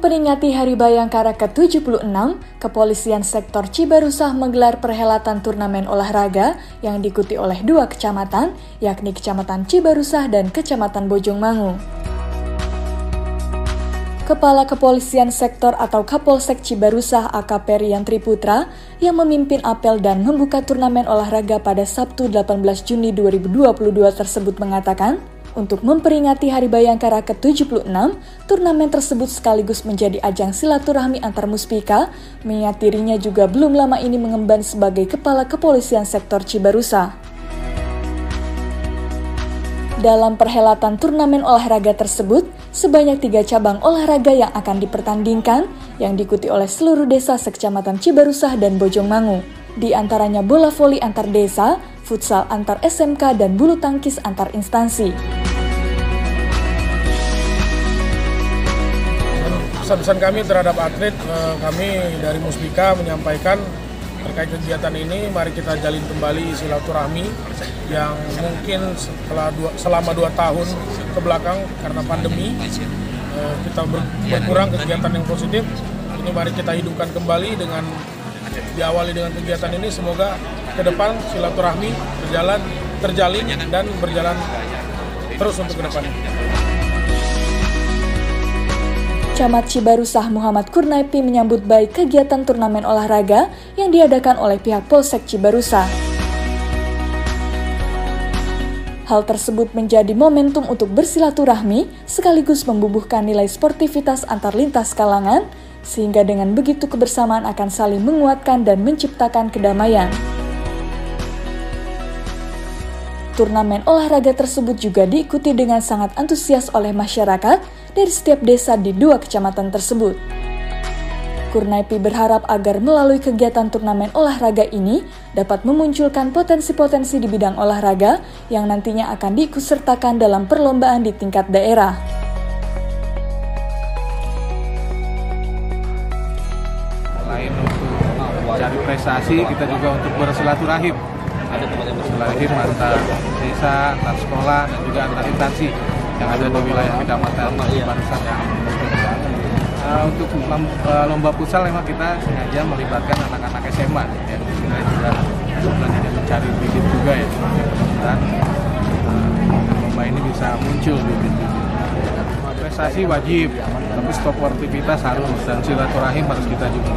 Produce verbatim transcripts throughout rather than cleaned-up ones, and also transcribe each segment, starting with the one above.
Memperingati Hari Bayangkara ke tujuh puluh enam, Kepolisian Sektor Cibarusah menggelar perhelatan turnamen olahraga yang diikuti oleh dua kecamatan, yakni Kecamatan Cibarusah dan Kecamatan Bojongmangu. Kepala Kepolisian Sektor atau Kapolsek Cibarusah A K P Rian Triputra yang memimpin apel dan membuka turnamen olahraga pada Sabtu delapan belas Juni dua ribu dua puluh dua tersebut mengatakan, untuk memperingati Hari Bayangkara ke tujuh puluh enam, turnamen tersebut sekaligus menjadi ajang silaturahmi antar muspika, mengingat dirinya juga belum lama ini mengemban sebagai Kepala Kepolisian Sektor Cibarusah. Dalam perhelatan turnamen olahraga tersebut, sebanyak tiga cabang olahraga yang akan dipertandingkan, yang diikuti oleh seluruh desa sekecamatan Cibarusah dan Bojongmangu. Di antaranya bola voli antar desa, futsal antar S M K, dan bulu tangkis antar instansi. Pesan-pesan kami terhadap atlet, kami dari Muspika menyampaikan terkait kegiatan ini, mari kita jalin kembali silaturahmi yang mungkin setelah dua, selama dua tahun ke belakang karena pandemi kita berkurang kegiatan yang positif. Ini mari kita hidupkan kembali dengan diawali dengan kegiatan ini, semoga ke depan silaturahmi berjalan terjalin dan berjalan terus untuk ke depannya. Camat Cibarusah Muhammad Kurnaipi menyambut baik kegiatan turnamen olahraga yang diadakan oleh pihak Polsek Cibarusah. Hal tersebut menjadi momentum untuk bersilaturahmi sekaligus membubuhkan nilai sportivitas antar lintas kalangan, sehingga dengan begitu kebersamaan akan saling menguatkan dan menciptakan kedamaian. Turnamen olahraga tersebut juga diikuti dengan sangat antusias oleh masyarakat dari setiap desa di dua kecamatan tersebut. Kurnaipi berharap agar melalui kegiatan turnamen olahraga ini dapat memunculkan potensi-potensi di bidang olahraga yang nantinya akan diikutsertakan dalam perlombaan di tingkat daerah. Selain untuk mencari prestasi, kita juga untuk bersilaturahim. Ada bersilaturahim antar desa, antar sekolah, dan juga antar instansi yang ada di wilayah Kecamatan Cibarusah yang uh, untuk uh, lomba futsal memang kita sengaja melibatkan anak-anak S M A ya. Kita juga sebenarnya mencari bibit juga ya, mudah-mudahan uh, lomba ini bisa muncul bibit-bibit. Prestasi wajib, tapi sportivitas harus, dan silaturahim harus kita juga.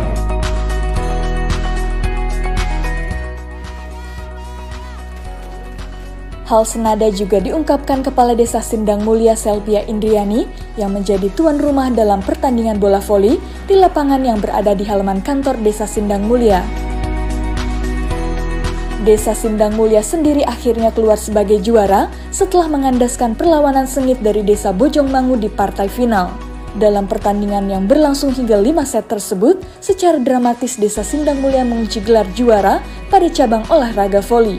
Hal senada juga diungkapkan Kepala Desa Sindang Mulia Selvia Indriani yang menjadi tuan rumah dalam pertandingan bola voli di lapangan yang berada di halaman kantor Desa Sindang Mulia. Desa Sindang Mulia sendiri akhirnya keluar sebagai juara setelah mengandaskan perlawanan sengit dari Desa Bojongmangu di partai final. Dalam pertandingan yang berlangsung hingga lima set tersebut, secara dramatis Desa Sindang Mulia mengunci gelar juara pada cabang olahraga voli.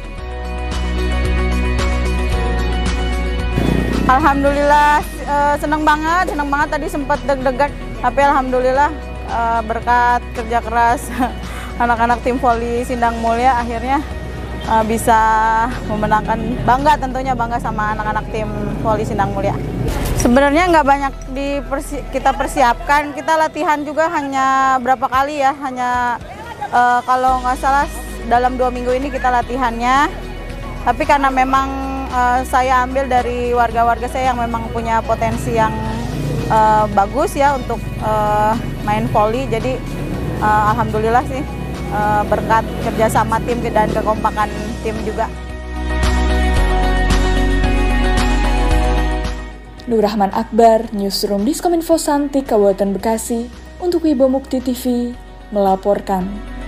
Alhamdulillah, senang banget, senang banget tadi sempat deg-degan, tapi alhamdulillah berkat kerja keras anak-anak tim voli Sindang Mulia akhirnya bisa memenangkan, bangga tentunya bangga sama anak-anak tim voli Sindang Mulia. Sebenarnya nggak banyak dipersi kita persiapkan, kita latihan juga hanya berapa kali ya, hanya uh, kalau nggak salah dalam dua minggu ini kita latihannya, tapi karena memang Uh, saya ambil dari warga-warga saya yang memang punya potensi yang uh, bagus ya untuk uh, main voli, jadi uh, alhamdulillah sih uh, berkat kerjasama tim dan kekompakan tim juga. Nur Rahman Akbar, Newsroom Diskominfo Santi, Kabupaten Bekasi, untuk Wibo Mukti T V, melaporkan.